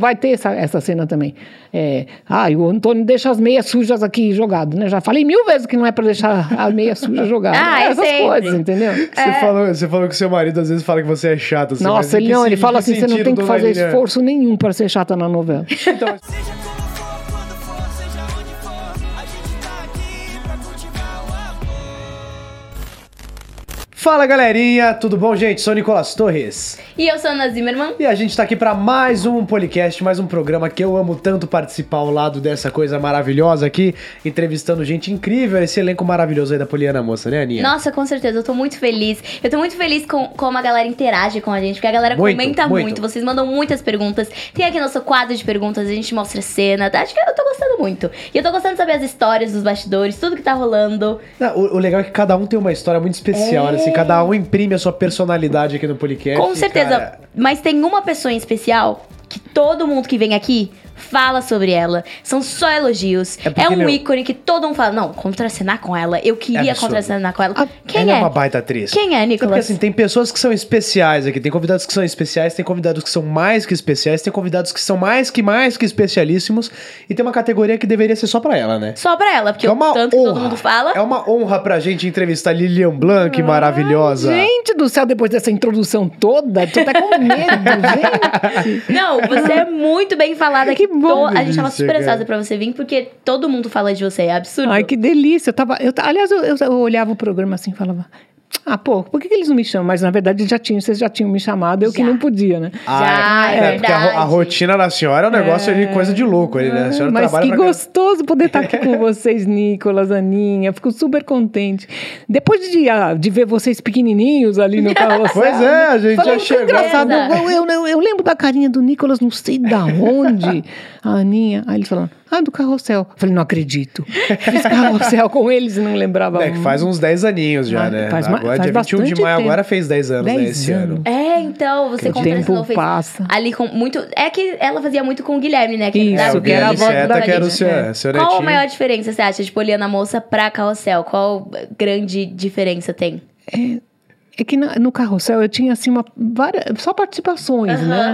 vai ter essa cena também. O Antônio deixa as meias sujas aqui jogadas, né? Já falei 1000 vezes que não é pra deixar a meia suja jogada. Essas coisas, entendeu? Você falou que o seu marido às vezes fala que você é chata. Assim, nossa, ele fala assim, você não tem que fazer esforço nenhum pra ser chata na novela. Então... Fala, galerinha, tudo bom, gente? Sou o Nicolas Torres. E eu sou a Ana Zimmermann. E a gente tá aqui pra mais um podcast, mais um programa que eu amo tanto participar ao lado dessa coisa maravilhosa aqui, entrevistando gente incrível, esse elenco maravilhoso aí da Poliana Moça, né, Aninha? Nossa, com certeza, eu tô muito feliz. Eu tô muito feliz com como a galera interage com a gente, porque a galera comenta muito, vocês mandam muitas perguntas. Tem aqui nosso quadro de perguntas, a gente mostra cena, acho que eu tô gostando muito. E eu tô gostando de saber as histórias dos bastidores, tudo que tá rolando. O legal é que cada um tem uma história muito especial, assim, cada um imprime a sua personalidade aqui no podcast. Com certeza, cara... mas tem uma pessoa em especial que todo mundo que vem aqui fala sobre ela. São só elogios. É um ícone que todo mundo fala, não, contracenar com ela. Eu queria contracenar com ela. Quem ela é uma baita atriz. Quem é, Nicolas? Porque assim, tem pessoas que são especiais aqui. Tem convidados que são especiais, tem convidados que são mais que especiais, tem convidados que são mais que especialíssimos. E tem uma categoria que deveria ser só pra ela, né? Só pra ela, porque tanto que todo mundo fala. É uma honra pra gente entrevistar Lilian Blanc, maravilhosa. Gente do céu, depois dessa introdução toda, tô até com medo, gente. Não, você é muito bem falada aqui. Bom, a gente tava super ansiosa pra você vir, porque todo mundo fala de você, é absurdo. Ai, que delícia. Aliás, eu olhava o programa assim e falava... por que eles não me chamam? Mas, na verdade, vocês já tinham me chamado, eu que não podia, né? É verdade. Porque a rotina da senhora é um negócio de coisa de louco ali, né? A senhora mas trabalha que gostoso poder estar aqui com vocês, Nicolas, Aninha. Fico super contente. Depois de ver vocês pequenininhos ali no carrossel. Pois é, a gente já chegou. Engraçado. Eu lembro da carinha do Nicolas, não sei da onde. A Aninha. Aí eles falaram, do carrossel. Eu falei, não acredito. Fiz carrossel com eles e não lembrava. Que faz uns 10 aninhos já, né? Agora, dia 21 de maio, agora fez 10 anos, né, esse ano. Então, você contracenou, fez passa. ali com muito... É que ela fazia muito com o Guilherme, né? Que era a voz da que era o seu netinho. Qual a maior diferença, você acha, de Poliana Moça pra Carrossel? Qual grande diferença tem? É que no Carrossel eu tinha, assim, só participações, né?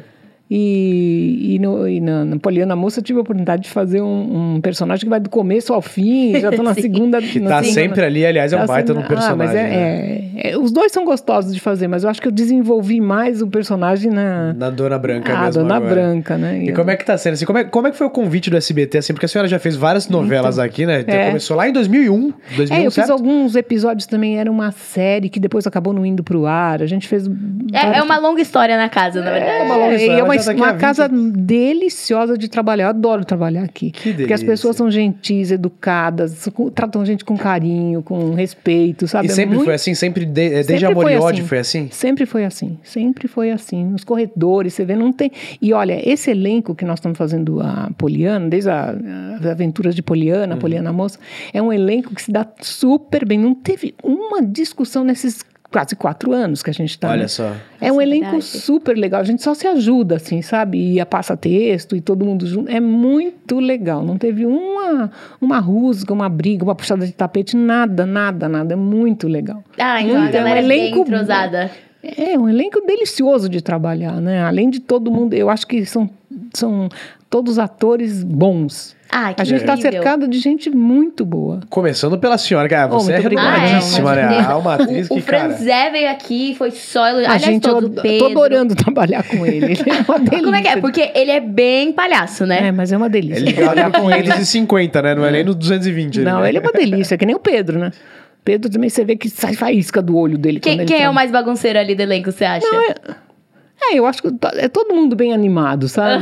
E na Poliana Moça eu tive a oportunidade de fazer um personagem que vai do começo ao fim, já tô na segunda... Que tá sempre ali, aliás, é um baita no personagem. Mas os dois são gostosos de fazer, mas eu acho que eu desenvolvi mais o personagem na Dona Branca mesmo. Dona Branca, né? E como é que tá sendo? Assim, como é que foi o convite do SBT? Assim, porque a senhora já fez várias novelas aqui, né? Começou lá em 2001, eu fiz alguns episódios também, era uma série que depois acabou não indo pro ar, a gente fez... É uma longa história na casa, na verdade. É uma longa história. Uma casa deliciosa de trabalhar. Eu adoro trabalhar aqui. Que delícia. Porque as pessoas são gentis, educadas, tratam a gente com carinho, com respeito, sabe? E sempre foi assim? Desde Amor e Ódio foi assim? Sempre foi assim. Sempre foi assim. Nos corredores, você vê, não tem... E olha, esse elenco que nós estamos fazendo a Poliana, desde as aventuras de Poliana, Poliana Moça, é um elenco que se dá super bem. Não teve uma discussão nesses quase 4 anos que a gente tá. Olha só. É um elenco super legal. A gente só se ajuda, assim, sabe? E passa texto e todo mundo junto. É muito legal. Não teve uma rusga, uma briga, uma puxada de tapete, nada. É muito legal. Então a galera é bem entrosada. É um elenco delicioso de trabalhar, né? Além de todo mundo, eu acho que são todos atores bons. Que a gente está cercado de gente muito boa. Começando pela senhora, cara. Você é renomadíssima, né? Uma atriz que, cara... O Franzé veio aqui, foi só... Eu tô adorando trabalhar com ele. Ele é uma delícia. Como é que é? Porque ele é bem palhaço, né? Mas é uma delícia. Ele trabalha com ele de 50, né? Não é nem no 220. Não, ele é uma delícia, que nem o Pedro, né? Pedro também, você vê que sai faísca do olho dele. Quem é o mais bagunceiro ali do elenco, você acha? Eu acho que é todo mundo bem animado, sabe?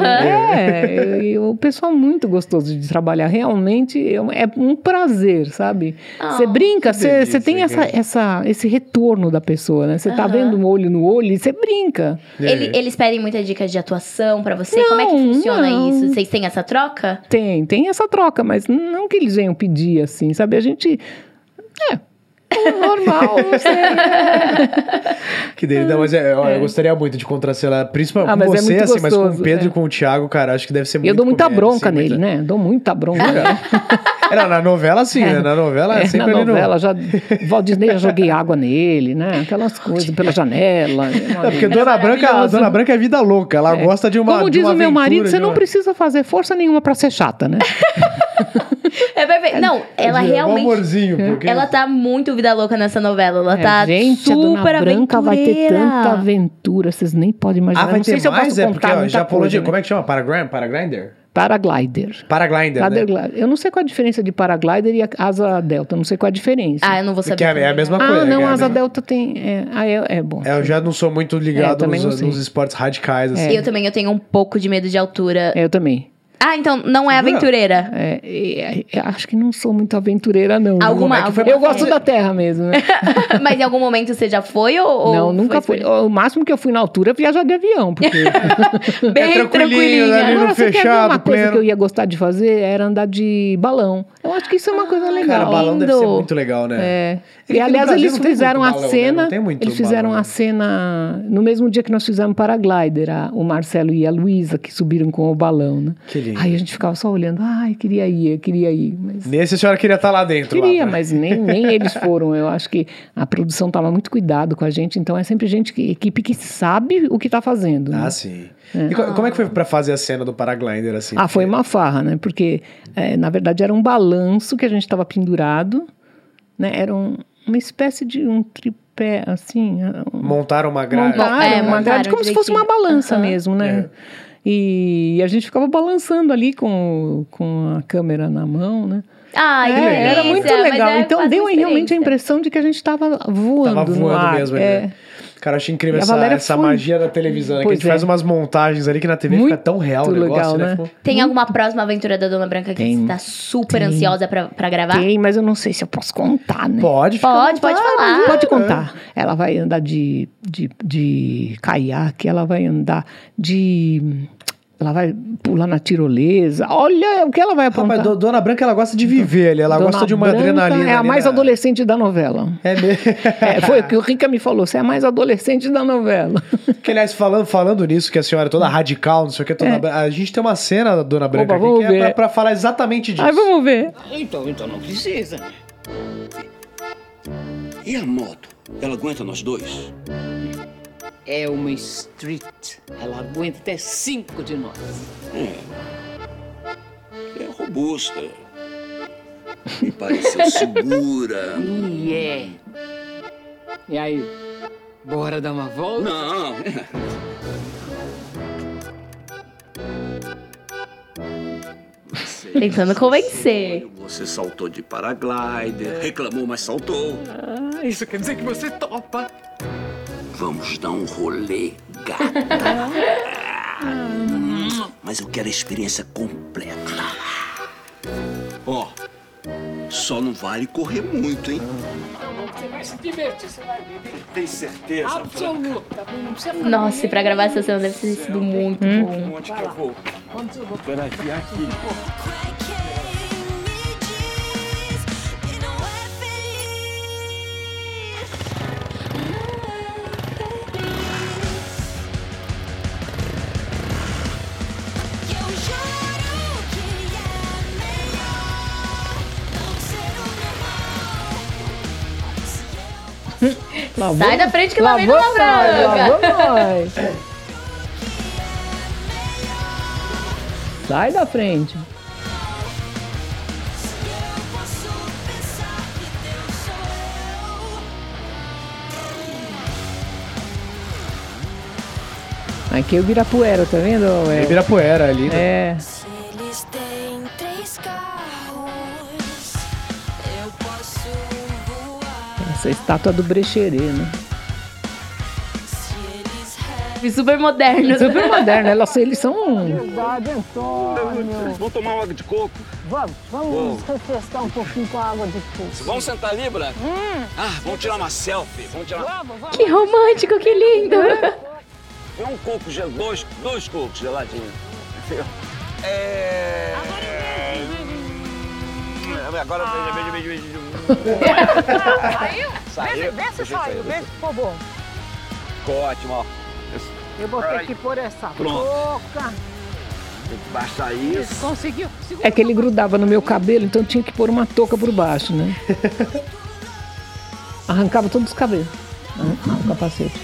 E o pessoal muito gostoso de trabalhar. Realmente é um prazer, sabe? Você brinca, você tem esse retorno da pessoa, né? Você tá vendo um olho no olho e você brinca. Eles pedem muitas dicas de atuação pra você? Como é que funciona isso? Vocês têm essa troca? Tem essa troca, mas não que eles venham pedir, assim, sabe? A gente... Normal, não sei. Que dele, não, mas eu gostaria muito de contracenar, principalmente com você, assim, mas com o Pedro e com o Thiago, cara, acho que deve ser muito. Eu dou muita bronca assim, nele, né? Dou muita bronca. Era na novela, sim, né? Na novela, sempre na novela, Walt Disney, já joguei água nele, né? Aquelas coisas pela janela. Porque Dona Branca é vida louca, ela gosta de uma. Como diz o meu marido, você não precisa fazer força nenhuma pra ser chata, né? É perfeito. Não, ela realmente. Um amorzinho, porque... Ela tá muito vida louca nessa novela. Ela tá gente, super a Dona Branca vai ter tanta aventura, vocês nem podem imaginar. Vai não sei ter se eu mais? posso contar muita já coisa, né? Como é que chama? Paraglider? Paraglider, né? Eu não sei qual a diferença de paraglider e asa delta. Não sei qual a diferença. Eu não vou saber. Porque é a mesma coisa. Não, asa delta tem... É bom. Eu já não sou muito ligado nos esportes radicais, assim. Eu também, eu tenho um pouco de medo de altura. Eu também. Então não é aventureira. Acho que não sou muito aventureira, não. Eu gosto da terra mesmo, né? Mas em algum momento você já foi ou não, nunca fui. O máximo que eu fui na altura é viajar de avião, porque... Bem tranquilinha. Ali no fechado, uma coisa que eu ia gostar de fazer era andar de balão. Eu acho que isso é uma coisa legal. Cara, balão deve ser muito legal, né? E aliás, eles fizeram a cena... Eles fizeram a cena no mesmo dia que nós fizemos paraglider. O Marcelo e a Luísa, que subiram com o balão, né? Que lindo. Aí a gente ficava só olhando, queria ir. Mas... Nesse a senhora queria estar lá dentro. Queria, mas nem eles foram. Eu acho que a produção toma muito cuidado com a gente, então é sempre equipe que sabe o que está fazendo. Né? Sim. E como é que foi para fazer a cena do paraglider, assim? Foi uma farra, né? Porque, na verdade, era um balanço que a gente estava pendurado, né? Era uma espécie de um tripé, assim... Montaram uma grade. Montaram uma grade como se fosse uma balança mesmo, né? E a gente ficava balançando ali com a câmera na mão, né? Era muito legal. Então deu realmente a impressão de que a gente estava voando. Tava voando mesmo, né? Cara, eu achei incrível essa magia da televisão, né? Que a gente faz umas montagens ali que na TV fica tão real o negócio, né? Tem alguma próxima aventura da Dona Branca que você tá super ansiosa pra gravar? Tem, mas eu não sei se eu posso contar, né? Pode falar. Pode contar. Ela vai andar de caiaque, ela vai andar ela vai pular na tirolesa. Olha o que ela vai aprontar. Mas Dona Branca, ela gosta de viver ali. Ela gosta de uma adrenalina. É a mais adolescente da novela. É mesmo? Foi o que o Rica me falou. Você é a mais adolescente da novela. Que, aliás, falando nisso, que a senhora é toda radical, não sei o que. A gente tem uma cena da Dona Branca aqui que é pra falar exatamente disso. Vamos ver. Então não precisa. E a moto? Ela aguenta nós dois? É uma street. Ela aguenta até 5 de nós. É robusta. Me pareceu segura. E aí? Bora dar uma volta? Não. Tentando convencer. Você saltou de paraglider, reclamou, mas saltou. Isso quer dizer que você topa. Vamos dar um rolê, gata. Mas eu quero a experiência completa. Só não vale correr muito, hein? Você vai se divertir, você vai beber. Tem certeza? Absoluta. Nossa, e pra gravar essa cena deve ter sido muito bom. Onde que eu vou? Onde eu vou? Peraí, aqui. Sai da frente que lá vem Dona Branca. Sai da frente. Aqui é o Ibirapuera, tá vendo? Ibirapuera ali. Né? Eles têm 3 carros, eu posso voar. Essa estátua do Brecheret, né? Super moderno. Super moderno. Eles são... Verdade, Antônio. Vamos tomar água de coco? Vamos refrescar um pouquinho com a água de coco. Vamos sentar ali, Branca? Vamos tirar uma selfie. Que romântico, que lindo. Vê um coco, dois cocos geladinhos. Agora veja. Saiu? Vê se saiu, vê se ficou bom. Ficou ótimo, ó. Eu vou ter que pôr essa touca. Tem que baixar isso. Conseguiu? É que ele grudava no meu cabelo, então eu tinha que pôr uma touca por baixo, né? Arrancava todos os cabelos. O capacete.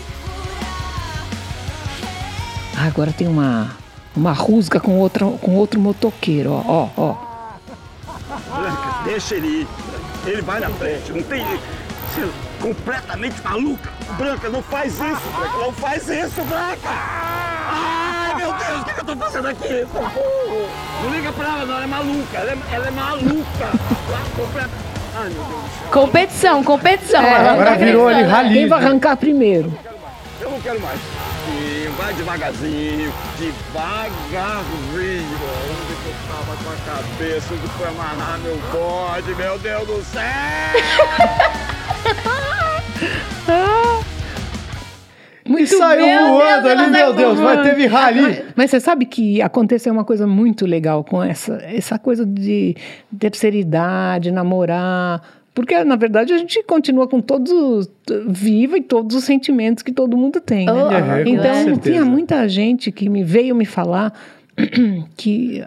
Agora tem uma rusga com outro motoqueiro, ó. Branca, deixa ele ir. Ele vai na frente, não tem... Você é completamente maluca. Branca, não faz isso, Branca. Não faz isso, Branca. Ai, meu Deus, o que eu tô fazendo aqui? Socorro. Não liga pra ela, não. Ela é maluca. Ela é maluca. Ai, meu Deus do céu. Competição. Agora virou ali rali. Quem vai arrancar primeiro? Eu não quero mais. Vai devagarzinho. Onde que eu tava com a cabeça? Onde foi amarrar meu bode? Meu Deus do céu! E saiu voando ali, meu Deus, mas teve rali. Mas você sabe que aconteceu uma coisa muito legal com essa coisa de terceira idade, namorar. Porque, na verdade, a gente continua com viva e todos os sentimentos que todo mundo tem, né? Então, tinha muita gente que veio me falar que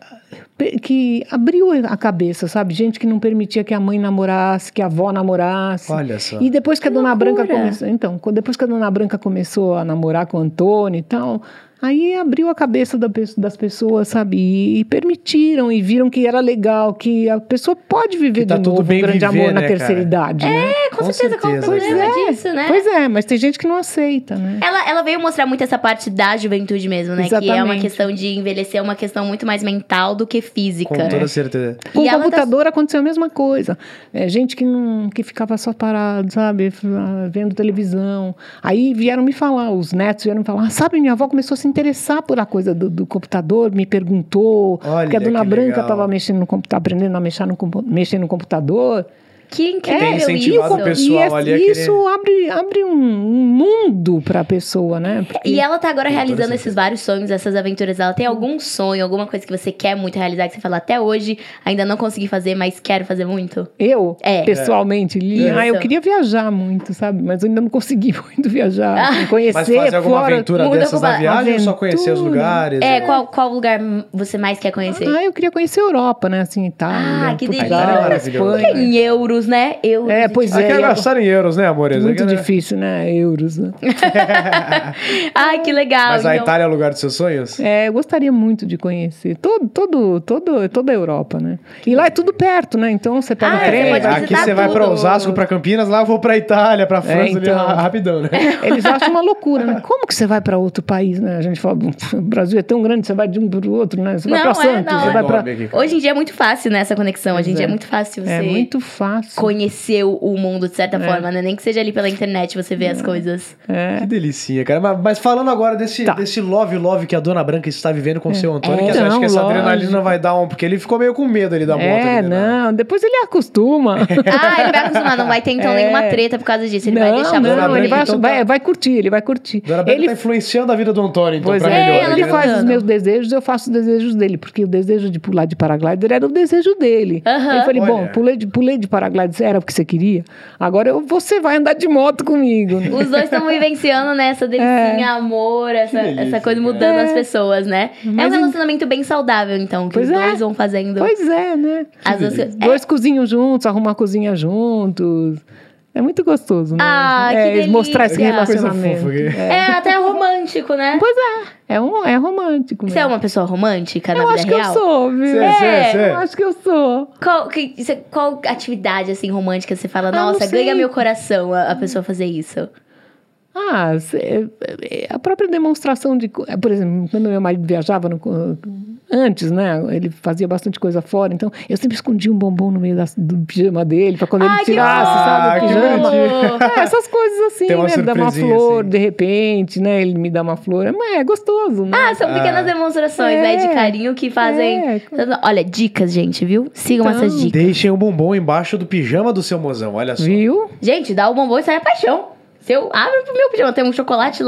abriu a cabeça, sabe? Gente que não permitia que a mãe namorasse, que a avó namorasse. Olha só. E depois que a Dona Branca começou... Então, depois que a Dona Branca começou a namorar com o Antônio e tal... Aí abriu a cabeça das pessoas, sabe? E permitiram e viram que era legal, que a pessoa pode viver de novo um grande amor na terceira idade, né? Com certeza. Qual o problema disso, né? Pois é, mas tem gente que não aceita, né? Ela veio mostrar muito essa parte da juventude mesmo, né? Exatamente. Que é uma questão de envelhecer, é uma questão muito mais mental do que física. Com toda certeza. Com o computador aconteceu a mesma coisa. Gente que ficava só parado, sabe? Vendo televisão. Aí vieram me falar, os netos vieram me falar, sabe, minha avó começou a se interessar por a coisa do computador, me perguntou, porque a Dona Branca estava mexendo no computador, aprendendo a mexer no computador. Que incrível tem incentivado o pessoal ali a isso abre um mundo para a pessoa, né? Porque... E ela tá agora realizando esses vários sonhos, essas aventuras. Ela tem algum sonho, alguma coisa que você quer muito realizar, que você fala, até hoje ainda não consegui fazer, mas quero fazer muito? Eu? Pessoalmente, eu queria viajar muito, sabe? Mas eu ainda não consegui muito viajar, conhecer mas fazer alguma aventura dessas na viagem ou só conhecer os lugares? Qual lugar você mais quer conhecer? Eu queria conhecer a Europa, né? Assim, Itália, que Portugal, delícia. Espanha. Em euros, né? Pois é. Quer gastar em euros, né, amores? Muito difícil, né? Euros, né? Ai, que legal. Mas a Itália é o lugar dos seus sonhos? Eu gostaria muito de conhecer toda a Europa, né? E lá é tudo perto, né? Então você pega trem. Aqui você vai para Osasco, para Campinas, lá eu vou para Itália, para França, ali rapidão, né? Eles acham uma loucura, né? Como que você vai para outro país, né? A gente fala, o Brasil é tão grande, você vai de um para o outro, né? Você vai para Santos, você vai para... Hoje em dia é muito fácil, né, essa conexão. Hoje em dia é muito fácil você... É muito fácil. Conhecer o mundo de certa forma, né? Nem que seja ali pela internet você vê as coisas. Que delicinha, cara. Mas falando agora desse love que a Dona Branca está vivendo com o seu Antônio, que acho que essa adrenalina vai dar porque ele ficou meio com medo ali da moto. Ali, né? Depois ele acostuma. Ele vai acostumar, não vai ter então nenhuma treta por causa disso. Ele vai deixar ele vai curtir. Dona Branca tá influenciando a vida do Antônio, então, pois pra melhor. Ele faz os meus desejos, eu faço os desejos dele, porque o desejo de pular de paraglider era o desejo dele. Eu falei, bom, pulei de paraglider, era o que você queria? Agora você vai andar de moto comigo. Né? Os dois estão vivenciando, né? Essa delicinha, amor, essa coisa mudando as pessoas, né? É um relacionamento bem saudável, então, que os dois vão fazendo. Pois é, né? Dois cozinham juntos, arrumam a cozinha juntos. É muito gostoso, né? Que delícia. Mostrar esse relacionamento. Até romântico, né? Pois é romântico. Você é uma pessoa romântica na vida real? Eu acho que eu sou, viu? Eu acho que eu sou. Qual atividade, assim, romântica você fala, nossa, ganha meu coração a pessoa fazer isso? A própria demonstração de... Por exemplo, quando meu marido viajava antes, né? Ele fazia bastante coisa fora, então eu sempre escondia um bombom no meio do pijama dele, pra quando ele tirasse, sabe, o pijama. Essas coisas assim, né? Me dá uma flor, assim. De repente, né? Ele me dá uma flor. É gostoso, né? São pequenas demonstrações, né? De carinho que fazem... Olha, dicas, gente, viu? Sigam essas dicas. Deixem o bombom embaixo do pijama do seu mozão, olha só. Viu? Gente, dá o bombom e sai a paixão. Se eu abro pro meu pijama, tem um chocolate lá,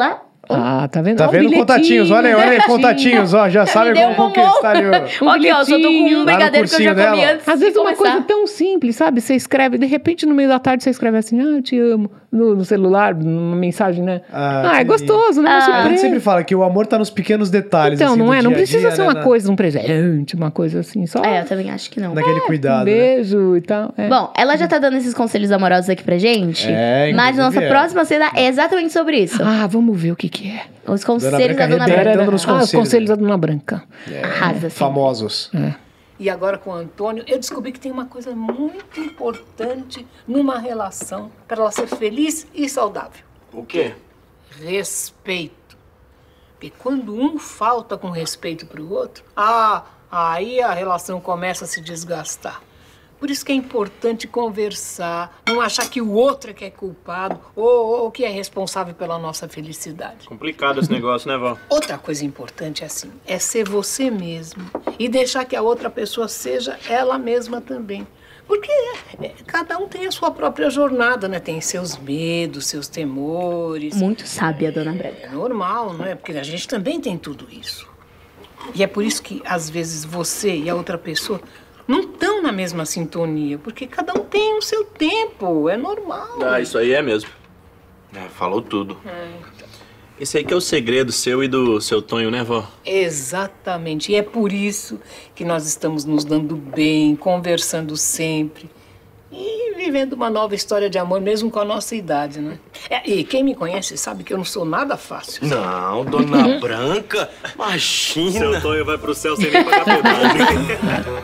Ah, tá vendo? Tá vendo contatinhos? Olha aí, contatinhos, ó. Já sabe como conquistar ali. Aqui, ó, eu só tô com um brigadeiro que eu já comi antes. Às vezes uma coisa tão simples, sabe? Você escreve, de repente no meio da tarde você escreve assim, eu te amo, no celular, numa mensagem, né? É gostoso, né? A gente sempre fala que o amor tá nos pequenos detalhes. Então, assim, não é? Não dia a precisa dia, ser uma coisa, um presente, uma coisa assim, só. Eu também acho que não. Naquele cuidado. Um beijo e tal. Bom, ela já tá dando esses conselhos amorosos aqui pra gente. Mas a nossa próxima cena é exatamente sobre isso. Ah, vamos ver o que é. Os conselhos da Dona Branca. Os conselhos da Dona Branca. Arrasa, sim. Famosos. E agora com o Antônio, eu descobri que tem uma coisa muito importante numa relação para ela ser feliz e saudável. O quê? Respeito. Porque quando um falta com respeito para o outro, aí a relação começa a se desgastar. Por isso que é importante conversar, não achar que o outro é que é culpado ou que é responsável pela nossa felicidade. Complicado esse negócio, né, vó? Outra coisa importante é ser você mesmo e deixar que a outra pessoa seja ela mesma também. Porque cada um tem a sua própria jornada, né? Tem seus medos, seus temores. Muito sábia, Dona Branca. É normal, não é? Porque a gente também tem tudo isso. E é por isso que, às vezes, você e a outra pessoa não estão na mesma sintonia, porque cada um tem o seu tempo, é normal. Isso aí é mesmo. Falou tudo. Esse aí que é o segredo seu e do seu Tonho, né, vó? Exatamente, e é por isso que nós estamos nos dando bem, conversando sempre e vivendo uma nova história de amor, mesmo com a nossa idade, né? E quem me conhece sabe que eu não sou nada fácil. Não, Dona Branca, imagina. Seu Tonho vai pro céu sem nem pagar pedágio.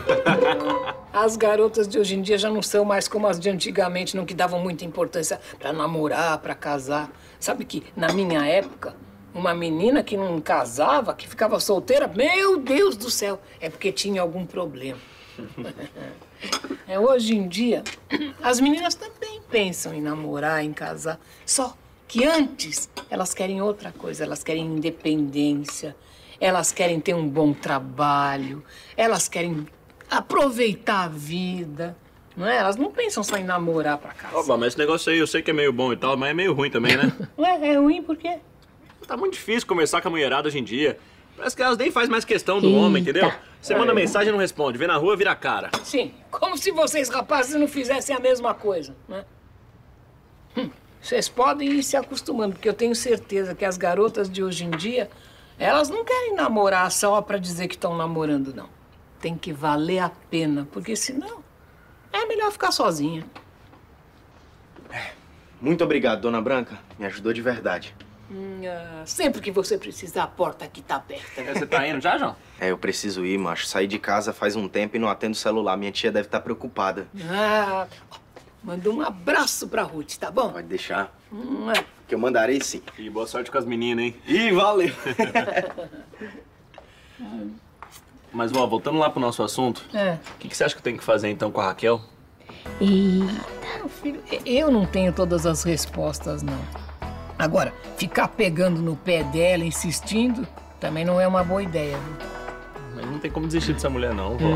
As garotas de hoje em dia já não são mais como as de antigamente, não que davam muita importância pra namorar, pra casar. Sabe que, na minha época, uma menina que não casava, que ficava solteira, meu Deus do céu, é porque tinha algum problema. Hoje em dia, as meninas também pensam em namorar, em casar. Só que antes, elas querem outra coisa, elas querem independência, elas querem ter um bom trabalho, elas querem aproveitar a vida. Não é? Elas não pensam só em namorar pra casar. Mas esse negócio aí eu sei que é meio bom e tal, mas é meio ruim também, né? Ué, é ruim por quê? Tá muito difícil conversar com a mulherada hoje em dia. Parece que elas nem fazem mais questão do homem, entendeu? Você manda mensagem e não responde, vê na rua, vira a cara. Sim, como se vocês rapazes não fizessem a mesma coisa, né? Vocês podem ir se acostumando, porque eu tenho certeza que as garotas de hoje em dia, elas não querem namorar só pra dizer que estão namorando, não. Tem que valer a pena, porque senão é melhor ficar sozinha. Muito obrigado, Dona Branca. Me ajudou de verdade. Sempre que você precisar, a porta aqui tá aberta. Você tá indo já, João? Eu preciso ir, macho. Saí de casa faz um tempo e não atendo o celular. Minha tia deve estar preocupada. Manda um abraço pra Ruth, tá bom? Pode deixar. Que eu mandarei sim. E boa sorte com as meninas, hein? Ih, valeu! Mas, vó, voltando lá pro nosso assunto, o que você acha que eu tenho que fazer, então, com a Raquel? Meu filho, eu não tenho todas as respostas, não. Agora, ficar pegando no pé dela, insistindo, também não é uma boa ideia, viu? Mas não tem como desistir dessa mulher, não, vó.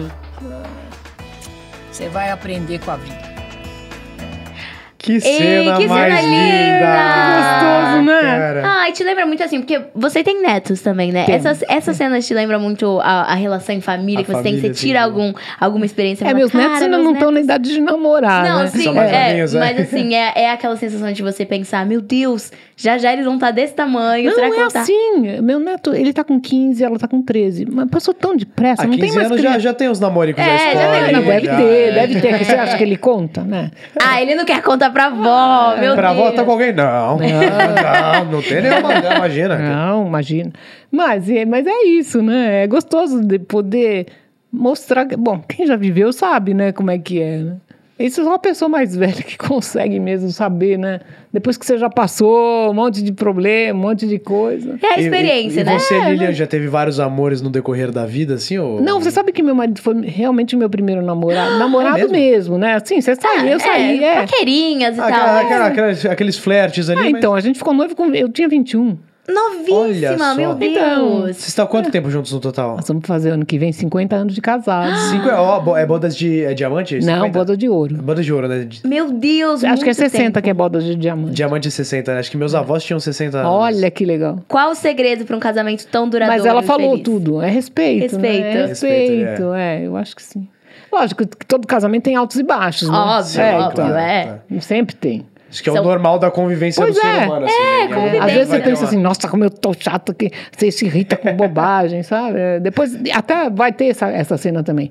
Você vai aprender com a vida. Que cena mais linda! Gostoso, né? Ai, te lembra muito assim, porque você tem netos também, né? Essas cenas te lembram muito a relação em família, que você tira alguma experiência. Meus netos ainda não estão na idade de namorar, não, né? Sim, mas assim, é aquela sensação de você pensar, meu Deus, já eles vão estar desse tamanho. Não, é assim. Meu neto, ele tá com 15, ela tá com 13. Mas passou tão depressa, não tem mais anos já tem os namoricos da escola. Deve ter. Você acha que ele conta, né? Ele não quer contar pra avó, meu Deus. Pra avó tá com alguém? Não tem nenhuma, imagina. Não, imagina. Mas é isso, né? É gostoso de poder mostrar... Bom, quem já viveu sabe, né, como é que é, né? Isso é uma pessoa mais velha que consegue mesmo saber, né? Depois que você já passou um monte de problema, um monte de coisa. É a experiência, né? E você, Lilian, já teve vários amores no decorrer da vida, assim? Ou... Não, você sabe que meu marido foi realmente o meu primeiro namorado. Namorado mesmo, né? Assim, você saiu, eu saí. Paquerinhas e tal. Aqueles flertes ali. Então, a gente ficou noivo eu tinha 21. Novíssima, meu Deus. Então, vocês estão há quanto tempo juntos no total? Nós vamos fazer ano que vem 50 anos de casados. 5 é bodas de diamante? Não, 50? boda de ouro. Boda de ouro, né? Meu Deus, Acho que é 60 tempo. que é boda de diamante. Diamante é 60, né? Acho que meus avós tinham 60 anos. Olha que legal. Qual o segredo pra um casamento tão duradouro? Mas ela e falou feliz? tudo. É respeito, né? Respeito. É respeito, eu acho que sim. Lógico que todo casamento tem altos e baixos, né? Óbvio. Sempre tem. Acho que é o normal da convivência do ser humano, assim, né? convivência. Às vezes você pensa assim, nossa, como eu tô chato que você se irrita com bobagem, sabe? Depois, até vai ter essa cena também.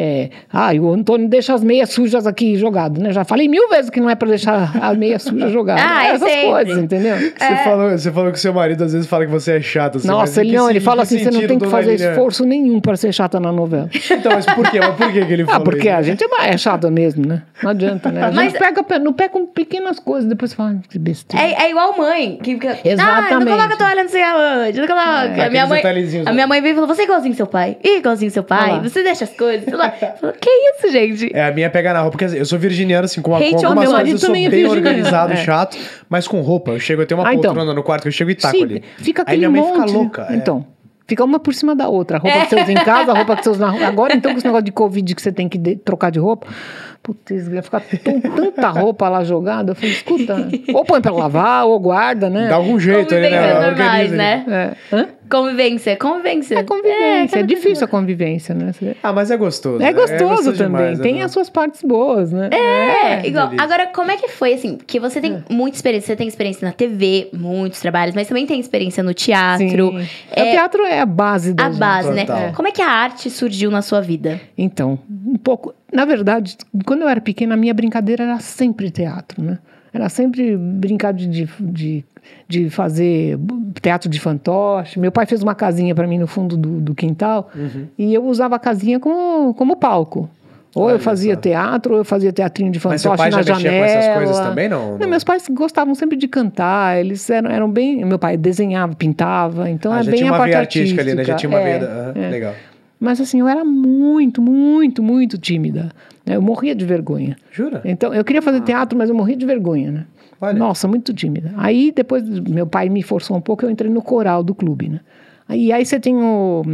O Antônio deixa as meias sujas aqui jogadas, né? Já falei 1000 vezes que não é pra deixar a meia suja jogada. Essas coisas, entendeu? Você falou que seu marido às vezes fala que você é chata. Assim, nossa, ele fala assim, você não tem que fazer esforço nenhum pra ser chata na novela. Então, mas por quê? Mas por que ele falou porque isso? a gente é chata mesmo, né? Não adianta, né? A gente pega no pé com pequenas coisas, depois você fala, que besteira. É igual mãe, que fica... Exatamente. não coloca a toalha, não sei aonde, não coloca. A minha mãe veio e falou, você é igualzinho seu pai. Igualzinho seu pai, você deixa as coisas. Falou, que isso, gente? A minha pega na roupa, porque eu sou virginiano, assim, com algumas meu coisas, marido eu sou também é bem virginiano. organizado, chato, mas com roupa. Eu tenho uma poltrona no quarto que eu chego e taco ali. Fica Aí aquele minha mãe monte. fica louca. Então, fica uma por cima da outra. A roupa que você usa em casa, a roupa que você usa na rua. Agora, então, com esse negócio de Covid que você tem que trocar de roupa, putz, ia ficar tanta roupa lá jogada. Eu falei, escuta, ou põe pra lavar, ou guarda, né? Dá algum jeito aí, né? Normais, né? Convivência. É convivência. É difícil a convivência, né? Mas é gostoso. É gostoso também. Demais, tem as suas partes boas, né? Igual. Agora, como é que foi, assim? Porque você tem muita experiência. Você tem experiência na TV, muitos trabalhos, mas também tem experiência no teatro. Sim. O teatro é a base da gente. A base, né? Como é que a arte surgiu na sua vida? Então, um pouco... Na verdade, quando eu era pequena, a minha brincadeira era sempre teatro, né? Era sempre brincar de fazer teatro de fantoche. Meu pai fez uma casinha para mim no fundo do quintal e eu usava a casinha como palco. Ou eu fazia teatro, ou eu fazia teatrinho de fantoche na janela. Mas seu pai já mexia com essas coisas também, não? Não, meus pais gostavam sempre de cantar, eles eram bem... Meu pai desenhava, pintava, então é bem a parte artística ali, né? Já tinha uma veia... Legal. Mas assim, eu era muito, muito, muito tímida. Eu morria de vergonha. Jura? Então, eu queria fazer teatro, mas eu morria de vergonha, né? Olha. Nossa, muito tímida. Aí, depois, meu pai me forçou um pouco, eu entrei no coral do clube, né? Aí você tem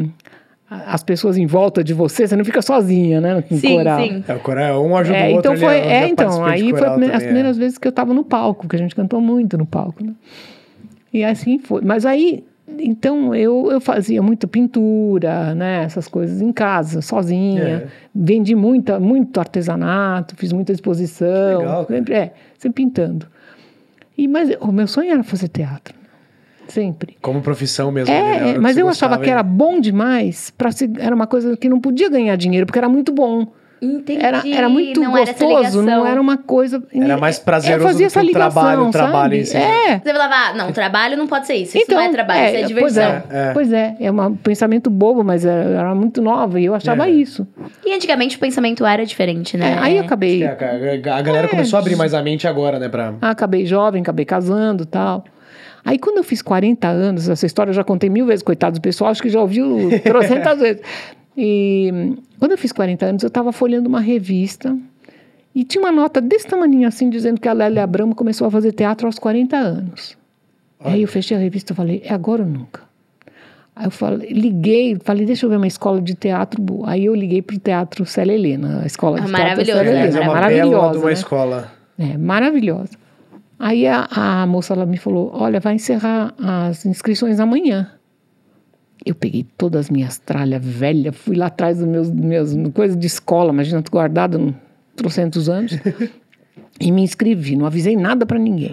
as pessoas em volta de você não fica sozinha, né? No coral. Sim. O coral, um ajuda o outro. Então, aí foi as primeiras vezes que eu estava no palco, que a gente cantou muito no palco, né? E assim foi. Mas aí... Então, eu fazia muita pintura, né? Essas coisas em casa, sozinha. Vendi muito artesanato, fiz muita exposição. Legal, sempre pintando. Mas o meu sonho era fazer teatro. Sempre. Como profissão mesmo. Mas eu achava que era bom demais. Era uma coisa que não podia ganhar dinheiro, porque era muito bom. Entendi. Era muito gostoso, não era uma coisa... Era mais prazeroso fazia essa ligação, o trabalho em si. Você falava, trabalho não pode ser isso. Isso não é trabalho, isso é diversão. Pois é um pensamento bobo, mas era muito nova e eu achava isso. E antigamente o pensamento era diferente, né? Aí eu acabei... A galera começou a abrir mais a mente agora, né? Acabei jovem, acabei casando e tal. Aí quando eu fiz 40 anos, essa história eu já contei 1000 vezes, coitado do pessoal, acho que já ouviu 300 vezes. E quando eu fiz 40 anos, eu estava folheando uma revista e tinha uma nota desse tamanho assim, dizendo que a Lélia Abramo começou a fazer teatro aos 40 anos. Aí eu fechei a revista e falei, é agora ou nunca? Aí eu falei, deixa eu ver uma escola de teatro boa. Aí eu liguei para o Teatro Célia Helena, a escola de teatro Célia Helena. É uma bela de uma escola. Maravilhosa. Aí a moça ela me falou, olha, vai encerrar as inscrições amanhã. Eu peguei todas as minhas tralhas velhas, fui lá atrás dos meus coisas de escola, imagina, guardado 300 anos, e me inscrevi, não avisei nada para ninguém.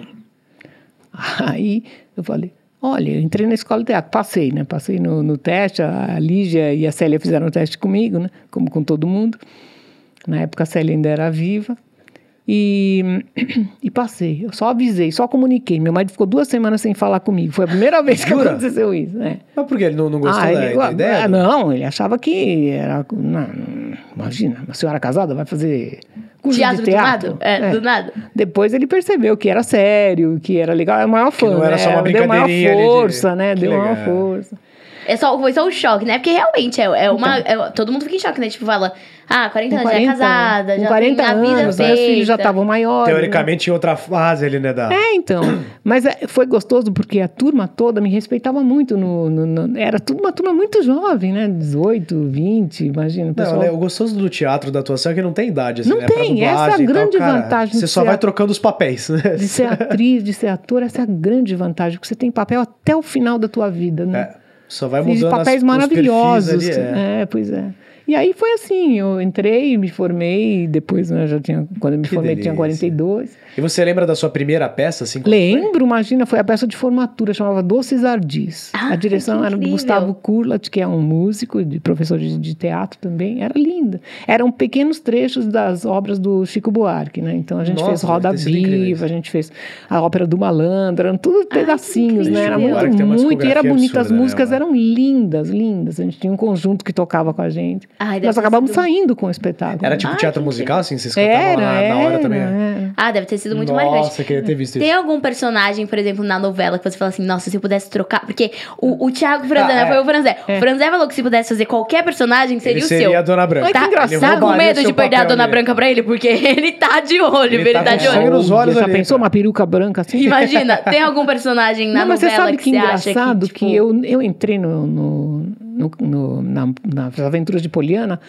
Aí eu falei, olha, eu entrei na escola de teatro, passei no teste, a Lígia e a Célia fizeram o teste comigo, né, como com todo mundo. Na época a Célia ainda era viva. E passei, eu só avisei, só comuniquei. Meu marido ficou 2 semanas sem falar comigo. Foi a primeira vez que aconteceu isso, né? Mas por que ele não gostou da ideia? Não, ele achava que era... Não, imagina, uma senhora casada vai fazer curso de teatro. Do nada. Depois ele percebeu que era sério, que era legal. É o maior fã, não era só uma brincadeirinha. Deu maior força, né? Deu maior força. Foi só um choque, né? Porque realmente todo mundo fica em choque, né? Tipo, fala, 40 anos, já é casada, já 40 tem a vida anos, feita. Os filhos já estavam maiores. Teoricamente, em outra fase ali, né? Então. Mas foi gostoso porque a turma toda me respeitava muito. Era tudo uma turma muito jovem, né? 18, 20, imagina. Pessoal... Não, o gostoso do teatro, da atuação, é que não tem idade. Assim, não tem, essa é a grande vantagem. Você só vai trocando os papéis, né? De ser atriz, de ser ator, essa é a grande vantagem. Porque você tem papel até o final da tua vida, né? Só vai mudando papéis maravilhosos. Ali, pois é. E aí foi assim, eu entrei, me formei, depois, né, quando eu me formei, tinha 42. E você lembra da sua primeira peça? Assim, Lembro, imagina, foi a peça de formatura, chamava Doces Ardis. A direção era do Gustavo Kurlat, que é um músico, professor de teatro também, era linda. Eram pequenos trechos das obras do Chico Buarque, né? Então a gente fez Roda Viva, a gente fez a Ópera do Malandro, eram tudo pedacinhos, né? Era muito, e era bonito, as músicas eram lindas. A gente tinha um conjunto que tocava com a gente. Nós acabamos saindo com o espetáculo. Era tipo teatro musical, assim? Vocês cantavam na hora também? Deve ter sido muito marcante. Nossa, queria ter visto isso. Tem algum personagem, por exemplo, na novela que você fala assim, nossa, se eu pudesse trocar... Porque o Thiago Franzé, foi o Franzé. O Franzé falou que se pudesse fazer qualquer personagem, seria o seu. Seria a Dona Branca. Tá, tá com medo de perder a Dona Branca pra ele? Porque ele tá de olho, ele tá de olho. Nos olhos já ali, pensou uma peruca branca assim? Imagina, tem algum personagem na novela que você acha que... engraçado que eu entrei nas Aventuras de Poliana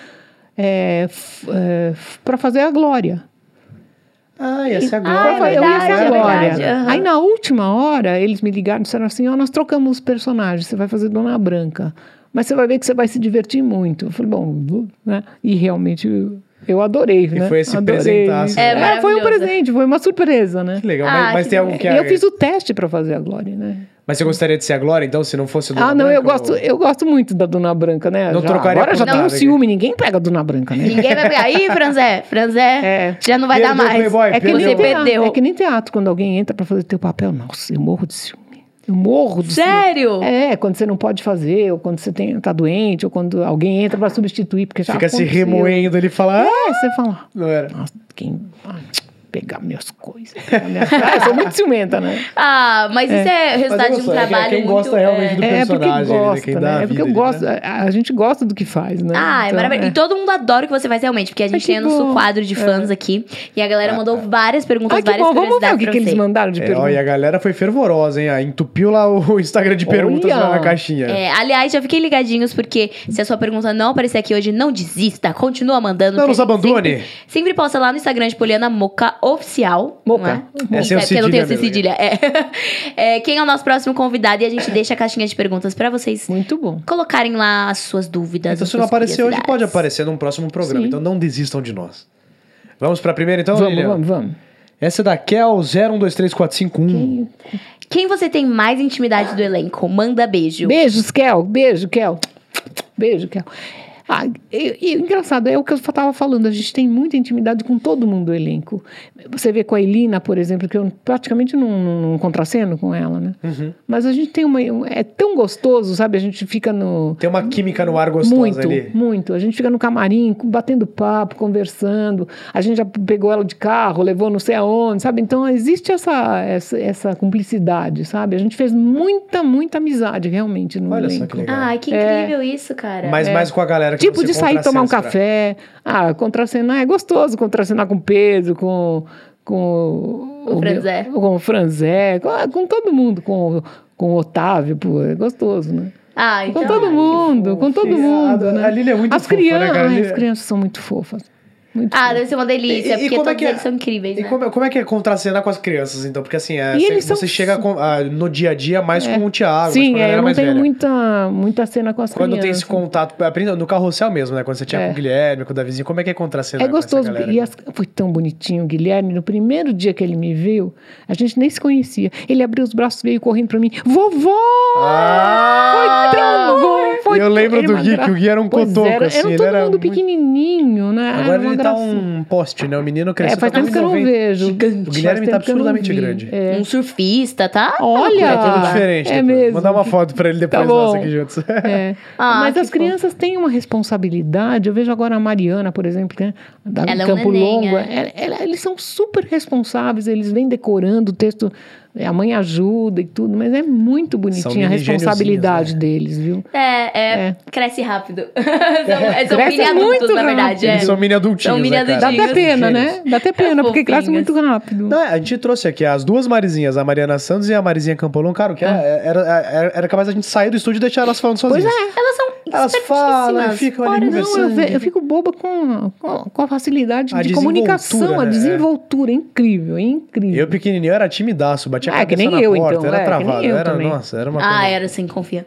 para fazer a Glória. Ia ser a Glória. Eu ia ser a Glória. Uhum. Aí, na última hora, eles me ligaram e disseram assim, nós trocamos os personagens, você vai fazer Dona Branca. Mas você vai ver que você vai se divertir muito. Eu falei, bom, né? E realmente... Eu adorei, né? E foi esse presentaço. Foi um presente, foi uma surpresa, né? Que legal, mas tem algo que... Eu fiz o teste pra fazer a Glória, né? Mas você gostaria de ser a Glória, então, se não fosse a Dona Branca? Não, eu gosto muito da Dona Branca, né? Não trocaria agora já tem um ciúme, ninguém pega a Dona Branca, né? Ninguém vai pegar. Ih, Franzé, já não vai dar mais. Playboy, é que nem perdeu. É que nem teatro, quando alguém entra pra fazer teu papel, nossa, eu morro de ciúme. Sério? Quando você não pode fazer, ou quando você tá doente, ou quando alguém entra pra substituir, porque já fica aconteceu. Se remoendo, ele fala... você fala... Não era. Nossa, pegar minhas coisas. Eu sou muito ciumenta, né? Mas isso é resultado de um trabalho quem muito... gosta realmente do personagem, porque gosta, quem dá né? Porque eu gosto, a gente gosta do que faz, né? É maravilhoso. E todo mundo adora o que você faz realmente, porque a gente tem o nosso quadro de fãs aqui, e a galera mandou várias perguntas, várias curiosidades pra você. Vamos ver o que eles mandaram de perguntas. E a galera foi fervorosa, hein? Entupiu lá o Instagram de perguntas lá na caixinha. Aliás, já fiquem ligadinhos, porque se a sua pergunta não aparecer aqui hoje, não desista, continua mandando. Não nos abandone. Sempre posta lá no Instagram de Poliana Moca Oficial. Moca. Essa é o porque eu não tenho cedilha. Quem é o nosso próximo convidado? E a gente deixa a caixinha de perguntas pra vocês. Muito bom. Colocarem lá as suas dúvidas. Então, se não aparecer hoje, pode aparecer num próximo programa. Sim. Então, não desistam de nós. Vamos pra primeira, então? Vamos. Essa é da Kel 01234551. Quem você tem mais intimidade do elenco? Manda beijo. Beijos, Kel. Beijo, Kel. Engraçado, é o que eu estava falando, a gente tem muita intimidade com todo mundo do elenco. Você vê com a Elina, por exemplo, que eu praticamente não contraceno com ela, né? Uhum. Mas a gente tem é tão gostoso, sabe? A gente fica no... Tem uma química no ar gostosa ali. Muito. A gente fica no camarim, batendo papo, conversando. A gente já pegou ela de carro, levou não sei aonde, sabe? Então, existe essa cumplicidade, sabe? A gente fez muita amizade, realmente, no elenco. Só que legal. Ai, que incrível isso, cara. Mas mais com a galera que tipo de sair tomar um café. Contracenar é gostoso, contracenar com o Pedro, com o Franzé. Com o Franzé, com todo mundo, com o Otávio, pô, é gostoso, né? Então, com todo mundo, né? A Lília é muito fofa, né, cara? As crianças são muito fofas. Deve ser uma delícia, porque todos eles são incríveis, né? E como é que é contracenar com as crianças, então? Porque assim, você chega no dia a dia mais com o Thiago. Sim, eu não tenho muita cena com as crianças. Quando tem esse contato, no carrossel mesmo, né? Quando você tinha com o Guilherme, com o Davizinho, como é que é contracenar com essa galera? É gostoso, foi tão bonitinho o Guilherme, no primeiro dia que ele me viu, a gente nem se conhecia. Ele abriu os braços, veio correndo pra mim, vovó! Foi tão bom! Eu lembro do Gui, que o Gui era um cotoco, assim. Era todo mundo pequenininho, né? Agora ele tá um poste, né? O menino cresceu. Faz tempo que eu não vejo. Gigante. O Guilherme tá absurdamente grande. Um surfista, tá? Olha! É tudo diferente. É mesmo. Mandar uma foto pra ele depois nós aqui juntos. Mas as crianças têm uma responsabilidade. Eu vejo agora a Mariana, por exemplo, né? Da Campo Longo. Eles são super responsáveis. Eles vêm decorando o texto A mãe ajuda e tudo, mas é muito bonitinha a responsabilidade deles, viu? Cresce rápido. São mini adultos, na verdade. Eles são mini adultinhos, São mini adultinhos. Dá até pena, né? Dá até pena, porque cresce muito rápido. Não, a gente trouxe aqui as duas Marizinhas, a Mariana Santos e a Marizinha Campolon. Cara, que era capaz da gente sair do estúdio e deixar elas falando sozinhas. Pois é. Elas falam, ficam ali conversando. Eu fico boba com a facilidade de comunicação, né? a desenvoltura. É incrível, é incrível. Eu pequenininho era timidaço, batia a que cabeça nem na eu, porta, então. era travado. Nossa, era uma coisa... era assim, confia.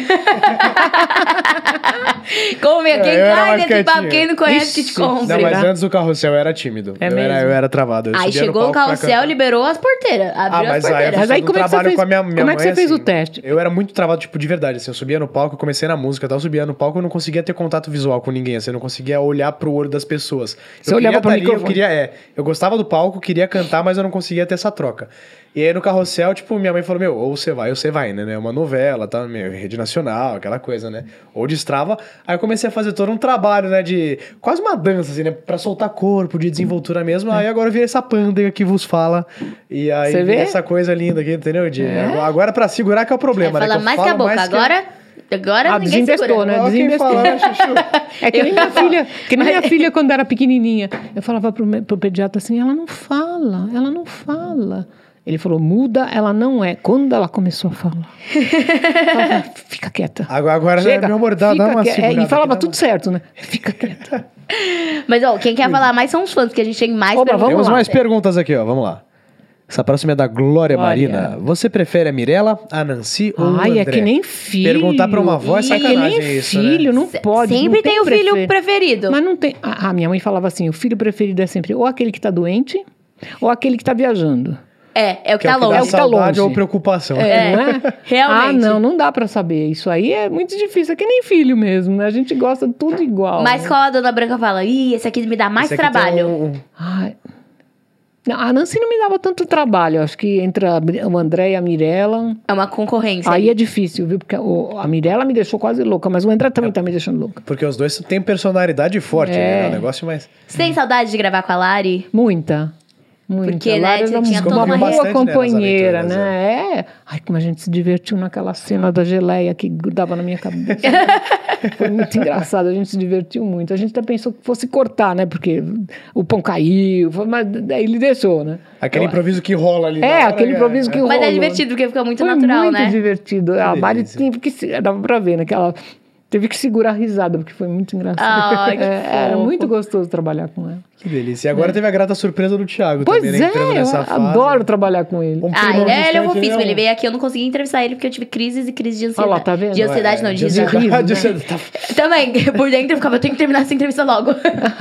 Como é? Quem cai nesse papo, quem não conhece que te compra. Não, mas antes do carrossel eu era tímido. Eu era travado. Aí chegou o carrossel, liberou as porteiras. Abriu as porteiras. Mas aí como é que você fez? Como é que você fez o teste? Eu era muito travado, tipo, de verdade. Assim, eu subia no palco, eu comecei na música, eu subia no palco, eu não conseguia ter contato visual com ninguém. Assim, eu não conseguia olhar pro olho das pessoas. Você olhava pro microfone? Eu gostava do palco, queria cantar, mas eu não conseguia ter essa troca. E aí no carrossel, tipo, minha mãe falou, ou você vai, né? É uma novela, tá? Rede nacional, aquela coisa, né? Ou destrava. Aí eu comecei a fazer todo um trabalho, né? De quase uma dança, assim, né? Pra soltar corpo, de desenvoltura mesmo. Aí agora eu virei essa pândega que vos fala. E aí vem essa coisa linda aqui, entendeu? Agora pra segurar que é o problema, né? Fala mais que a boca. Agora ninguém desinvestou, né? Desinvestou. É que nem minha filha quando era pequenininha. Eu falava pro pediatra assim, ela não fala. Ele falou, muda, ela não é. Quando ela começou a falar, ela fica quieta. Agora, chega, meu amor, dá uma segurada. E falava tudo certo, né? Fica quieta. Mas, quem quer falar mais são os fãs, porque a gente tem mais perguntas. Temos mais perguntas aqui, vamos lá. Essa próxima é da Glória Marina. Você prefere a Mirella, a Nancy ou o André? É que nem filho. Perguntar pra uma avó é sacanagem isso, filho, né? não pode. Sempre tem o filho preferido. Mas não tem... A minha mãe falava assim, o filho preferido é sempre ou aquele que tá doente, ou aquele que tá viajando. É o que tá longe. É o que tá longe. Ou preocupação. Não é? Realmente. Não dá pra saber. Isso aí é muito difícil. É que nem filho mesmo, né? A gente gosta de tudo igual. Mas qual a dona Branca fala? Esse aqui me dá mais trabalho. Não, a Nancy não me dava tanto trabalho. Acho que entre o André e a Mirella... É uma concorrência. Aí é difícil, viu? Porque a Mirella me deixou quase louca, mas o André também tá me deixando louca. Porque os dois têm personalidade forte, né? É um negócio mais... Você tem saudade de gravar com a Lari? Muita. Porque, né, você tinha toda uma uma boa companheira, né? Ai, como a gente se divertiu naquela cena da geleia que grudava na minha cabeça. Foi muito engraçado, a gente se divertiu muito. A gente até pensou que fosse cortar, né? Porque o pão caiu, mas daí ele deixou, né? Aquele improviso que rola ali. Aquele improviso que rola. Mas é divertido, porque fica muito natural, né? Foi muito divertido. A Mari tinha que... Dava pra ver, né? Que ela... Teve que segurar a risada, porque foi muito engraçado. Era muito gostoso trabalhar com ela. Que delícia. E agora teve a grata surpresa do Thiago também, né? Entrando nessa fase. Adoro trabalhar com ele. Ele é um fofíssimo. Ele veio aqui, eu não consegui entrevistar ele porque eu tive crises de ansiedade. Olha lá, tá vendo? De ansiedade, não, de riso. Também, por dentro eu ficava, eu tenho que terminar essa entrevista logo.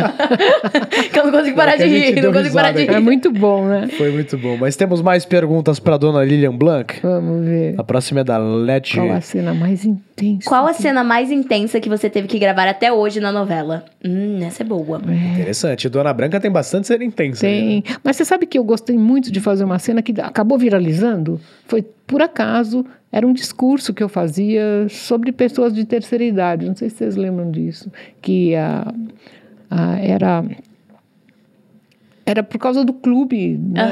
Que eu não consigo parar de rir, É muito bom, né? Foi muito bom. Mas temos mais perguntas pra dona Lilian Blanc. Vamos ver. A próxima é da Leti. Qual a cena mais intensa? Qual a cena mais intensa que você teve que gravar até hoje na novela? Essa é boa. Interessante. Dona Branca tem bastante cena intensa. Tem. Né? Mas você sabe que eu gostei muito de fazer uma cena que acabou viralizando? Foi por acaso. Era um discurso que eu fazia sobre pessoas de terceira idade. Não sei se vocês lembram disso. Que era por causa do clube. Né?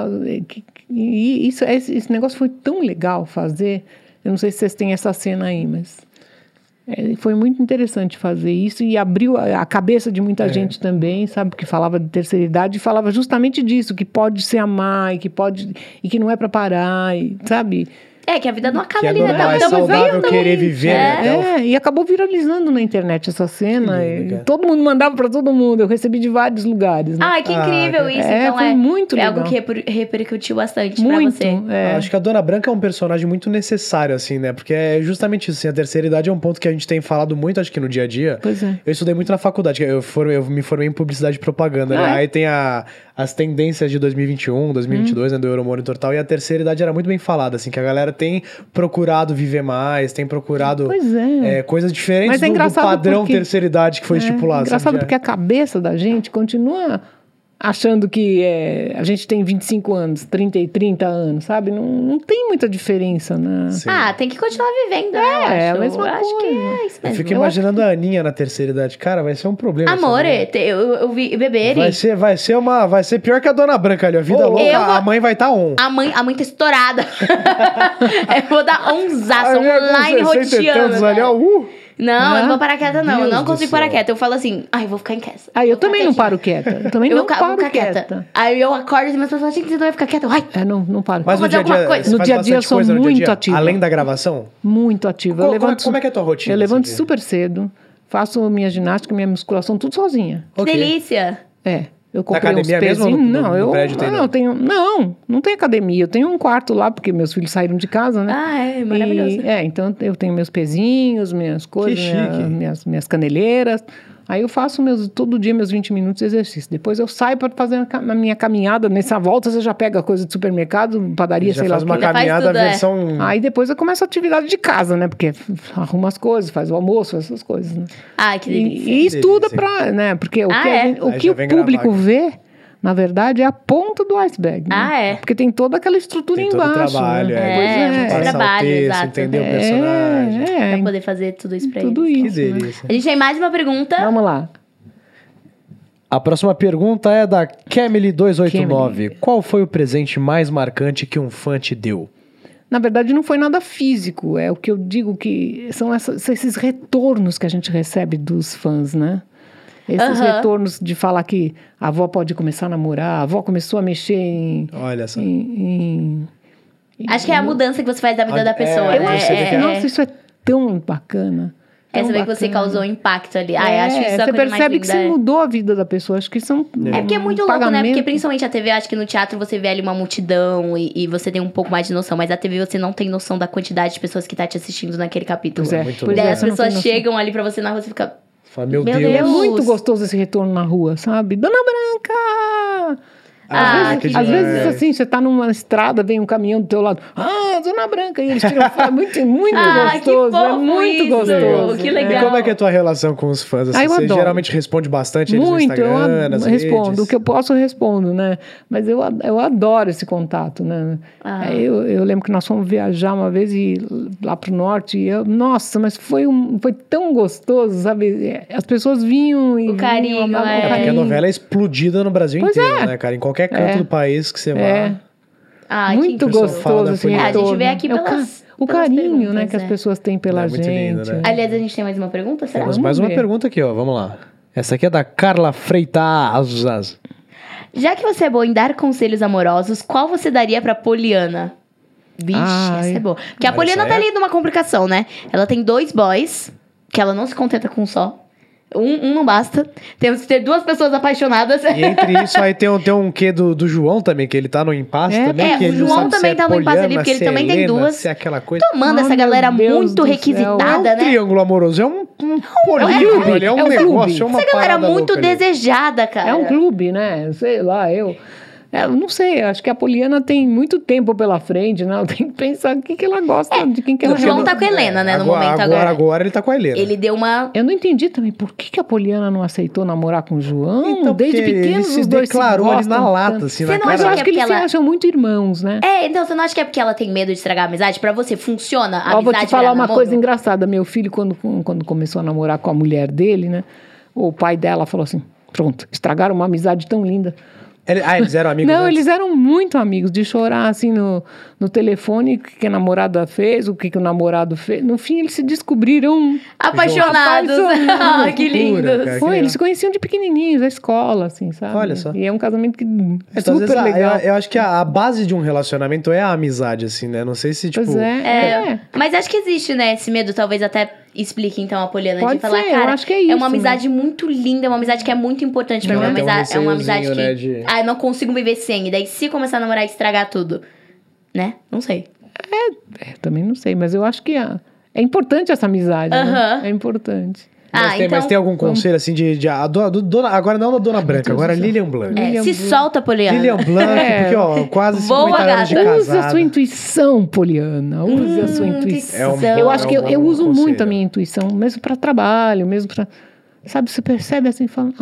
E esse negócio foi tão legal fazer. Eu não sei se vocês têm essa cena aí, mas... foi muito interessante fazer isso e abriu a cabeça de muita gente também, sabe? Porque falava de terceira idade e falava justamente disso, que pode se amar e que não é pra parar, sabe? Que a vida não acaba ali, né? É saudável querer viver, né? E acabou viralizando na internet essa cena. E todo mundo mandava pra todo mundo. Eu recebi de vários lugares. Né? Que incrível isso. Então foi muito legal. É algo que repercutiu bastante pra você. Acho que a Dona Branca é um personagem muito necessário, assim, né? Porque é justamente isso, assim, a terceira idade é um ponto que a gente tem falado muito, acho que no dia a dia. Pois é. Eu estudei muito na faculdade, eu me formei em publicidade e propaganda, né? Aí tem as tendências de 2021, 2022, né, do Euromonitor e tal, e a terceira idade era muito bem falada, assim, que a galera tem procurado viver mais, tem procurado coisas diferentes do padrão terceira idade que foi estipulado. Engraçado porque a cabeça da gente continua achando que a gente tem 25 anos, 30 anos, sabe? Não tem muita diferença, né? Sim. Tem que continuar vivendo, né? É a mesma coisa. Acho que é isso Eu mesmo. fico imaginando a Aninha na terceira idade. Cara, vai ser um problema. Amor, essa mulher. eu vi beber. Vai ser pior que a Dona Branca ali. A vida louca, a mãe vai estar on. A mãe tá estourada. Eu vou dar onzaço, A minha com online 60 e tantos roteando. ali, ó, Não, eu não vou parar quieta, não. Deus Eu não do consigo céu. parar quieta. Eu falo assim, eu vou ficar em casa. Eu também não paro quieta. Eu também não paro quieta. Aí eu acordo e minhas pessoas falam, gente, você não vai ficar quieta? Ai, Não paro Mas quieta. no dia a dia, alguma coisa. você No faz dia a dia eu bastante sou coisa no dia a muito dia? ativa. Além da gravação? Muito ativa. Como é que é a tua rotina? Eu levanto assim, super cedo, faço minha ginástica, minha musculação, tudo sozinha. que delícia. Eu comprei academia uns mesmo ou pezinhos. no prédio tem, não? Não tem academia. Eu tenho um quarto lá, porque meus filhos saíram de casa, né? É maravilhoso. Então eu tenho meus pezinhos, minhas coisas, chique. minhas caneleiras. Aí eu faço todo dia meus 20 minutos de exercício. Depois eu saio para fazer a minha caminhada. Nessa volta você já pega coisa de supermercado, padaria, Já sei lá. faz uma Já faz caminhada tudo, versão... Aí depois eu começo a atividade de casa, né? Porque arruma as coisas, faz o almoço, essas coisas, né? Ai, que delícia. E estuda delícia. né? Porque o que, é? o Aí que já o vem público gravar. vê, na verdade, é a ponta do iceberg. Né? Porque tem toda aquela estrutura Tem todo o embaixo. trabalho, né? Pois é, muito Passar trabalho, o texto, exato. entender o personagem. Pra poder fazer tudo isso pra Tudo eles. Que isso. né? delícia. A gente tem mais uma pergunta. Vamos lá. A próxima pergunta é da Kemily289. Qual foi o presente mais marcante que um fã te deu? Na verdade, não foi nada físico. É o que eu digo que são esses retornos que a gente recebe dos fãs, né? Esses retornos de falar que a avó pode começar a namorar, a avó começou a mexer em... Olha só. Acho que é a mudança que você faz da vida da pessoa, Eu né? acho que, nossa, isso é tão bacana. Essa vez que você causou um impacto ali. Acho isso a você coisa mais percebe que linda. você mudou a vida da pessoa. Acho que são É porque é muito louco, né? Porque principalmente a TV, acho que no teatro você vê ali uma multidão e você tem um pouco mais de noção. Mas a TV você não tem noção da quantidade de pessoas que tá te assistindo naquele capítulo. Pois Daí é, as você não tem pessoas noção. chegam ali pra você na rua e você fica... Fala, meu Meu Deus. É muito gostoso esse retorno na rua, sabe? Dona Branca! Às vezes, assim, você tá numa estrada, vem um caminhão do teu lado. Dona Branca! E eles tiram foto. Muito gostoso. que fofo é muito isso. gostoso. Que legal. E como é que é a tua relação com os fãs? Assim, Eu você adoro. geralmente responde bastante eles Muito, no Instagram, nas respondo. redes? O que eu posso, eu respondo, né? Mas eu adoro esse contato, né? Eu lembro que nós fomos viajar uma vez lá pro norte e nossa, mas foi tão gostoso, sabe? As pessoas vinham e... O carinho, Porque a novela é explodida no Brasil inteiro, né, cara? Em qualquer canto do país que você vá. Muito gostoso esse A retorno. gente vê aqui o pelas carinho, perguntas, né, que as pessoas têm pela É muito gente. lindo, né? Aliás, a gente tem mais uma pergunta, será? Temos mais uma ver. pergunta aqui, ó. Vamos lá. Essa aqui é da Carla Freitas. Já que você é boa em dar conselhos amorosos, qual você daria pra Poliana? Vixe, essa é boa. Porque a Mas Poliana essa tá é- ali numa complicação, né? Ela tem 2 boys, que ela não se contenta com um só. Um não basta. Temos que ter 2 pessoas apaixonadas. E entre isso aí tem um quê do João também, que ele tá no impasse também. Que o ele não João sabe também se tá no impasse ali, Poliana, porque ele se é também tem Helena, 2. se é aquela coisa. Tomando essa Ai, galera meu Deus muito do céu. requisitada, É um né? triângulo amoroso, é um polígono, clube, ali, é um é um negócio, clube. é uma Essa galera parada muito louca ali. desejada, cara. É um clube, né? Sei lá, eu não sei, acho que a Poliana tem muito tempo pela frente, né? Ela tem que pensar o que ela gosta, de quem que ela O João gosta. tá com a Helena, né, no momento agora. Agora ele tá com a Helena. Ele deu uma... Eu não entendi também por que a Poliana não aceitou namorar com o João. Então, Desde porque pequeno, ele se os dois declarou ali gostam na lata, tanto. assim, Você na não cara. Mas eu acho que eles porque se ela- acham muito irmãos, né? Então você não acha que é porque ela tem medo de estragar a amizade? Pra você, funciona a Ó, amizade vou te falar virar uma namoro? coisa engraçada. Meu filho, quando começou a namorar com a mulher dele, né? O pai dela falou assim, pronto, estragaram uma amizade tão linda. Eles eram amigos Não, antes? eles eram muito amigos, de chorar assim no telefone, o que a namorada fez, o que o namorado fez. No fim, eles se descobriram Apaixonados. Ah, que loucura, lindos. cara. Foi, eles se conheciam de pequenininhos, da escola, assim, sabe? Olha só. E é um casamento que Então, às super vezes, legal. eu acho que a base de um relacionamento é a amizade, assim, né? Não sei se, tipo... Pois é. Mas acho que existe, né? Esse medo, talvez até explique, então, a Poliana Pode de falar, ser, eu cara, acho que é isso, uma amizade muito linda, é uma amizade que é muito importante pra Não, mim. tem um É uma amizade que... receiozinho, né, eu não consigo viver sem. E daí, se começar a namorar e estragar tudo, né? Não sei. Também não sei, mas eu acho que é importante essa amizade, né? Aham. É importante. Mas tem algum conselho, assim, agora não da Dona Branca, agora Lilian Blanc. Se solta, Poliana. Lilian Blanc, porque, ó, quase 50 anos de casada. Use a sua intuição, Poliana. Use a sua intuição. É Eu acho que eu uso conselho. muito a minha intuição, mesmo para trabalho, mesmo para... Sabe, você percebe assim e fala...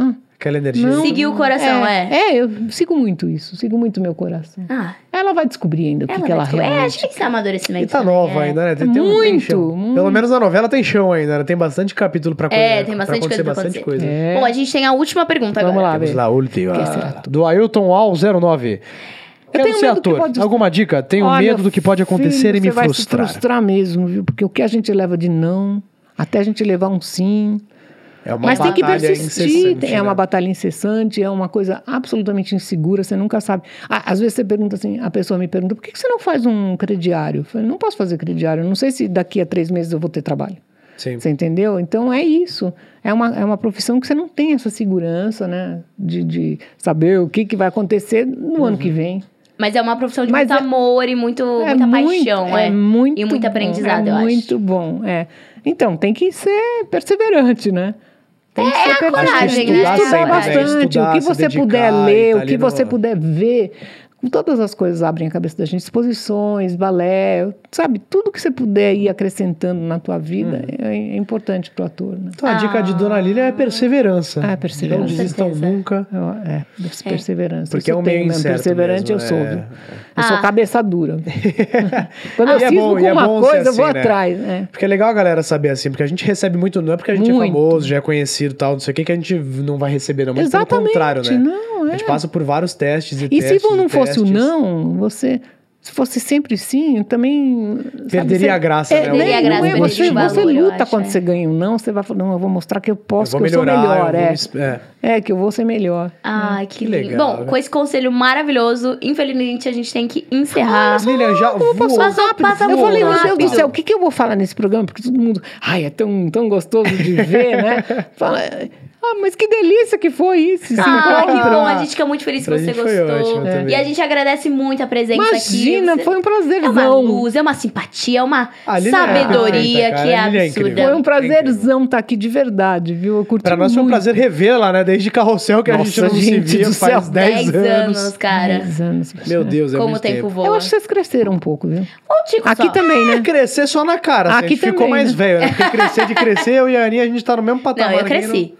Aquela energia. Não, Seguir o coração, eu sigo muito isso. Sigo muito meu coração. Ela vai descobrir ainda o que ela realmente... acho que esse amadurecimento E tá também, nova ainda, né? Tem muito. Pelo menos na novela tem chão ainda, né? Tem bastante capítulo pra coisa. Tem bastante coisa pra acontecer. Coisa. Bom, a gente tem a última pergunta agora. Vamos lá, Vamos lá, a última. Que será? Do Ailton Al 09. Quero ser ator. Alguma dica? Tenho medo do que pode acontecer e me frustrar. Você vai se frustrar mesmo, viu? Porque o que a gente leva de não, até a gente levar um sim... Mas tem que persistir, é uma batalha incessante, é uma coisa absolutamente insegura, você nunca sabe. Às vezes você pergunta assim, a pessoa me pergunta, por que você não faz um crediário? Eu falei, não posso fazer crediário, não sei se daqui a 3 meses eu vou ter trabalho. Sim. Você entendeu? Então é isso, é uma profissão que você não tem essa segurança, né, de saber o que vai acontecer no ano que vem. Mas é uma profissão de muito amor e muita paixão, muito e muito aprendizado, eu acho. Muito bom, Então, tem que ser perseverante, né? Tem que ser coragem, né? Estudar bastante, o que você puder ler, o que você puder ver. Todas as coisas abrem a cabeça da gente, exposições, balé, sabe? Tudo que você puder ir acrescentando na tua vida é importante pro ator, né? Então a dica de Dona Lília é perseverança. Perseverança. Não desistam nunca. Perseverança. Porque é um meio incerto perseverante mesmo, eu sou, viu? Eu sou cabeça dura. Quando eu cismo com uma coisa, eu vou atrás. Porque é legal a galera saber assim, porque a gente recebe muito, não é porque a gente é famoso, já é conhecido e tal, não sei o que a gente não vai receber, não. Mas pelo contrário, né? Não, A gente passa por vários testes e testes. E se não fosse o não, se fosse sempre sim, também... Perderia a graça, né? Perderia a graça, você luta quando você ganha um não, você vai falar, não, eu vou mostrar que eu posso, que eu sou melhor. Que eu vou ser melhor. Ai, que lindo. Bom, com esse conselho maravilhoso, infelizmente a gente tem que encerrar. Lilian, já passa eu falei, meu rápido. Deus do céu, o que eu vou falar nesse programa? Porque todo mundo, é tão gostoso de ver, né? Fala... mas que delícia que foi isso. Que bom, a gente fica muito feliz que você gostou. E a gente agradece muito a presença aqui. Imagina, foi um prazerzão. É uma luz, é uma simpatia, é uma sabedoria que é absurda. Foi um prazerzão estar aqui de verdade, viu? Eu curti muito. Pra nós foi um prazer revê-la, né? Desde Carrossel que a gente não se via faz 10 anos. Cara. 10 anos. Meu Deus, como o tempo voa. Eu acho que vocês cresceram um pouco, viu? Aqui também, né? Crescer só na cara. Aqui a gente ficou mais velho, né? Porque crescer, eu e a Aninha, a gente tá no mesmo patamar. Não, eu cresci.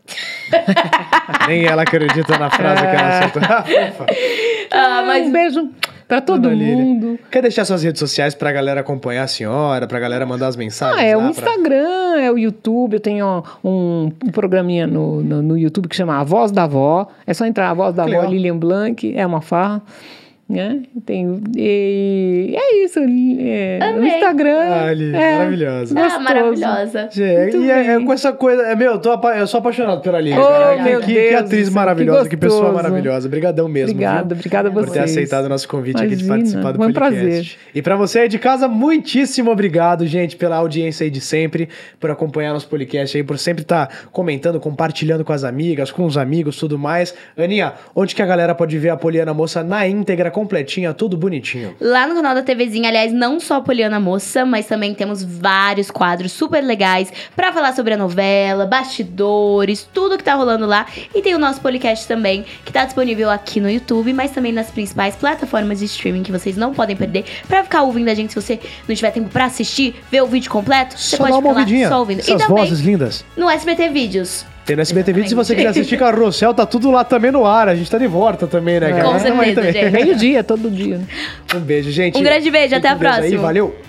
Nem ela acredita na frase que ela soltou. Mas um beijo pra todo mundo. Quer deixar suas redes sociais pra galera acompanhar a senhora, pra galera mandar as mensagens? O Instagram, é o YouTube. Eu tenho um programinha no YouTube que chama A Voz da Avó. É só entrar, A Voz da Avó, Lilian Blanc. É uma farra. E é isso. No Instagram. Maravilhosa. Maravilhosa. E com essa coisa. Eu sou apaixonado pela Lilian. Que atriz maravilhosa, que pessoa maravilhosa. Obrigadão mesmo. Obrigada a vocês. Por ter aceitado o nosso convite aqui de participar do podcast. Foi um prazer. E pra você aí de casa, muitíssimo obrigado, gente, pela audiência aí de sempre, por acompanhar nosso podcast aí, por sempre estar comentando, compartilhando com as amigas, com os amigos, tudo mais. Aninha, onde que a galera pode ver a Poliana Moça na íntegra, completinha, tudo bonitinho? Lá no canal da TVzinha, aliás, não só a Poliana Moça, mas também temos vários quadros super legais pra falar sobre a novela, bastidores, tudo que tá rolando lá. E tem o nosso podcast também, que tá disponível aqui no YouTube, mas também nas principais plataformas de streaming que vocês não podem perder. Pra ficar ouvindo a gente, se você não tiver tempo pra assistir, ver o vídeo completo, você pode ficar lá só ouvindo. Essas vozes lindas. No SBT Vídeos. Tem no SBT Vídeos, se você quiser assistir Carrossel, tá tudo lá também no ar. A gente tá de volta também, né? Com certeza, gente. Meio dia, todo dia. Um beijo, gente. Um grande beijo, até a próxima. Valeu.